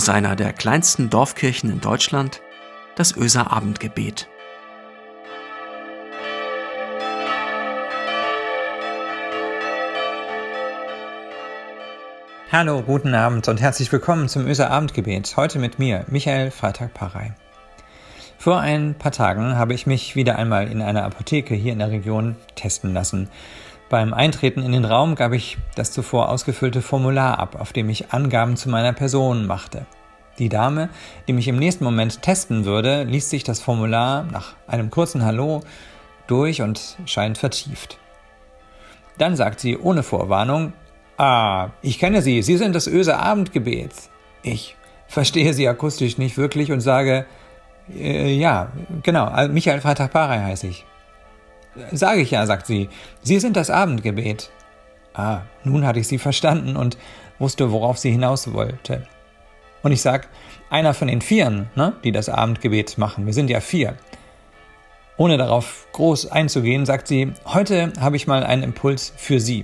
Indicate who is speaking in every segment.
Speaker 1: aus einer der kleinsten Dorfkirchen in Deutschland, das Oeser Abendgebet.
Speaker 2: Hallo, guten Abend und herzlich willkommen zum Oeser Abendgebet. Heute mit mir, Michael Freitag-Parey. Vor ein paar Tagen habe ich mich wieder einmal in einer Apotheke hier in der Region testen lassen. Beim Eintreten in den Raum gab ich das zuvor ausgefüllte Formular ab, auf dem ich Angaben zu meiner Person machte. Die Dame, die mich im nächsten Moment testen würde, liest sich das Formular nach einem kurzen Hallo durch und scheint vertieft. Dann sagt sie ohne Vorwarnung: ich kenne Sie, Sie sind das Oeser Abendgebet. Ich verstehe Sie akustisch nicht wirklich und sage: ja, genau, Michael Freitag-Parey heiße ich. Sage ich ja, sagt sie. Sie sind das Abendgebet. Nun hatte ich sie verstanden und wusste, worauf sie hinaus wollte. Und ich sag, einer von den Vieren, die das Abendgebet machen. Wir sind ja 4. Ohne darauf groß einzugehen, sagt sie, heute habe ich mal einen Impuls für Sie.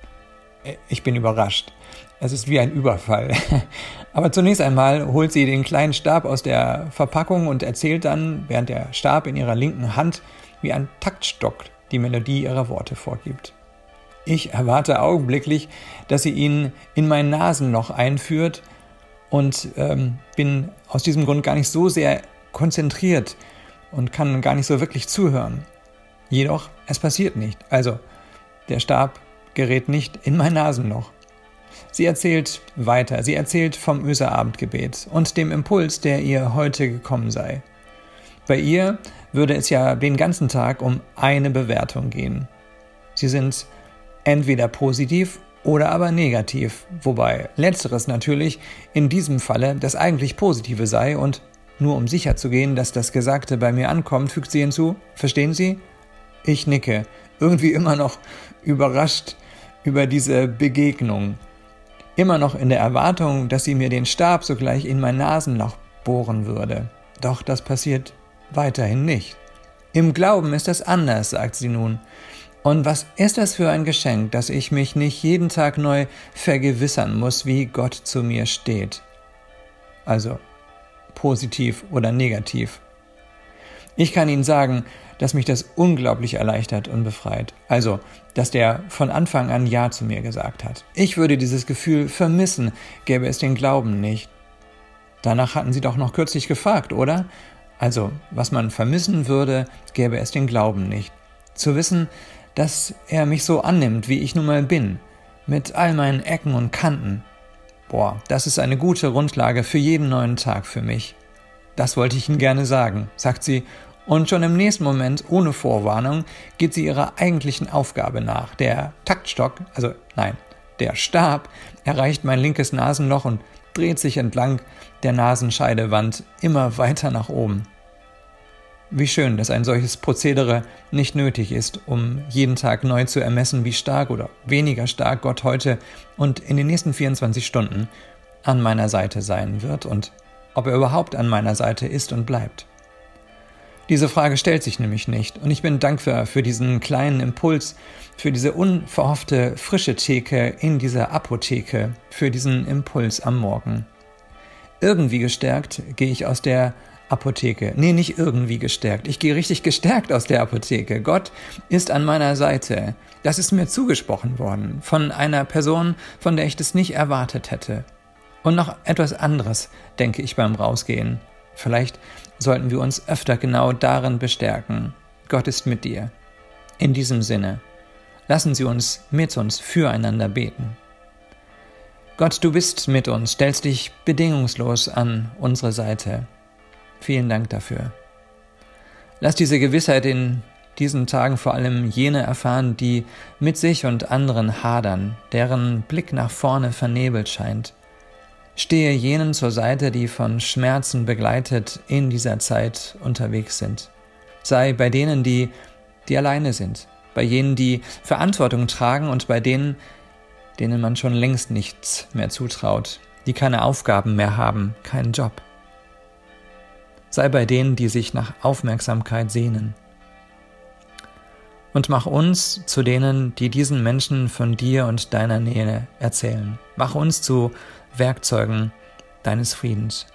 Speaker 2: Ich bin überrascht. Es ist wie ein Überfall. Aber zunächst einmal holt sie den kleinen Stab aus der Verpackung und erzählt dann, während der Stab in ihrer linken Hand wie ein Taktstock die Melodie ihrer Worte vorgibt. Ich erwarte augenblicklich, dass sie ihn in mein Nasenloch einführt und bin aus diesem Grund gar nicht so sehr konzentriert und kann gar nicht so wirklich zuhören. Jedoch, es passiert nicht. Also, der Stab gerät nicht in mein Nasenloch. Sie erzählt weiter. Sie erzählt vom Oeser Abendgebet und dem Impuls, der ihr heute gekommen sei. Bei ihr würde es ja den ganzen Tag um eine Bewertung gehen. Sie sind entweder positiv oder aber negativ, wobei letzteres natürlich in diesem Falle das eigentlich Positive sei und nur um sicher zu gehen, dass das Gesagte bei mir ankommt, fügt sie hinzu: Verstehen Sie? Ich nicke, irgendwie immer noch überrascht über diese Begegnung. Immer noch in der Erwartung, dass sie mir den Stab sogleich in mein Nasenloch bohren würde. Doch das passiert weiterhin nicht. Im Glauben ist das anders, sagt sie nun. Und was ist das für ein Geschenk, dass ich mich nicht jeden Tag neu vergewissern muss, wie Gott zu mir steht. Also positiv oder negativ. Ich kann Ihnen sagen, dass mich das unglaublich erleichtert und befreit. Also, dass der von Anfang an Ja zu mir gesagt hat. Ich würde dieses Gefühl vermissen, gäbe es den Glauben nicht. Danach hatten Sie doch noch kürzlich gefragt, oder? Also, was man vermissen würde, gäbe es den Glauben nicht. Zu wissen, dass er mich so annimmt, wie ich nun mal bin, mit all meinen Ecken und Kanten. Das ist eine gute Grundlage für jeden neuen Tag für mich. Das wollte ich Ihnen gerne sagen, sagt sie, und schon im nächsten Moment, ohne Vorwarnung, geht sie ihrer eigentlichen Aufgabe nach. Der Stab erreicht mein linkes Nasenloch und dreht sich entlang der Nasenscheidewand immer weiter nach oben. Wie schön, dass ein solches Prozedere nicht nötig ist, um jeden Tag neu zu ermessen, wie stark oder weniger stark Gott heute und in den nächsten 24 Stunden an meiner Seite sein wird und ob er überhaupt an meiner Seite ist und bleibt. Diese Frage stellt sich nämlich nicht und ich bin dankbar für diesen kleinen Impuls, für diese unverhoffte frische Theke in dieser Apotheke, für diesen Impuls am Morgen. Irgendwie gestärkt gehe ich aus der Apotheke. Nee, nicht irgendwie gestärkt. Ich gehe richtig gestärkt aus der Apotheke. Gott ist an meiner Seite. Das ist mir zugesprochen worden von einer Person, von der ich das nicht erwartet hätte. Und noch etwas anderes, denke ich beim Rausgehen. Vielleicht sollten wir uns öfter genau darin bestärken. Gott ist mit dir. In diesem Sinne, lassen Sie uns mit uns füreinander beten. Gott, du bist mit uns, stellst dich bedingungslos an unsere Seite. Vielen Dank dafür. Lass diese Gewissheit in diesen Tagen vor allem jene erfahren, die mit sich und anderen hadern, deren Blick nach vorne vernebelt scheint. Stehe jenen zur Seite, die von Schmerzen begleitet in dieser Zeit unterwegs sind. Sei bei denen, die alleine sind, bei jenen, die Verantwortung tragen und bei denen man schon längst nichts mehr zutraut, die keine Aufgaben mehr haben, keinen Job. Sei bei denen, die sich nach Aufmerksamkeit sehnen. Und mach uns zu denen, die diesen Menschen von dir und deiner Nähe erzählen. Mach uns zu Werkzeugen deines Friedens.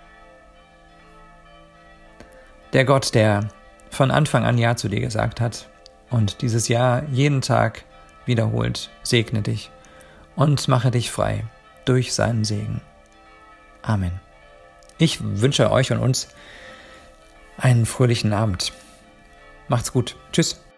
Speaker 2: Der Gott, der von Anfang an Ja zu dir gesagt hat und dieses Ja jeden Tag wiederholt, segne dich und mache dich frei durch seinen Segen. Amen. Ich wünsche euch und uns einen fröhlichen Abend. Macht's gut. Tschüss.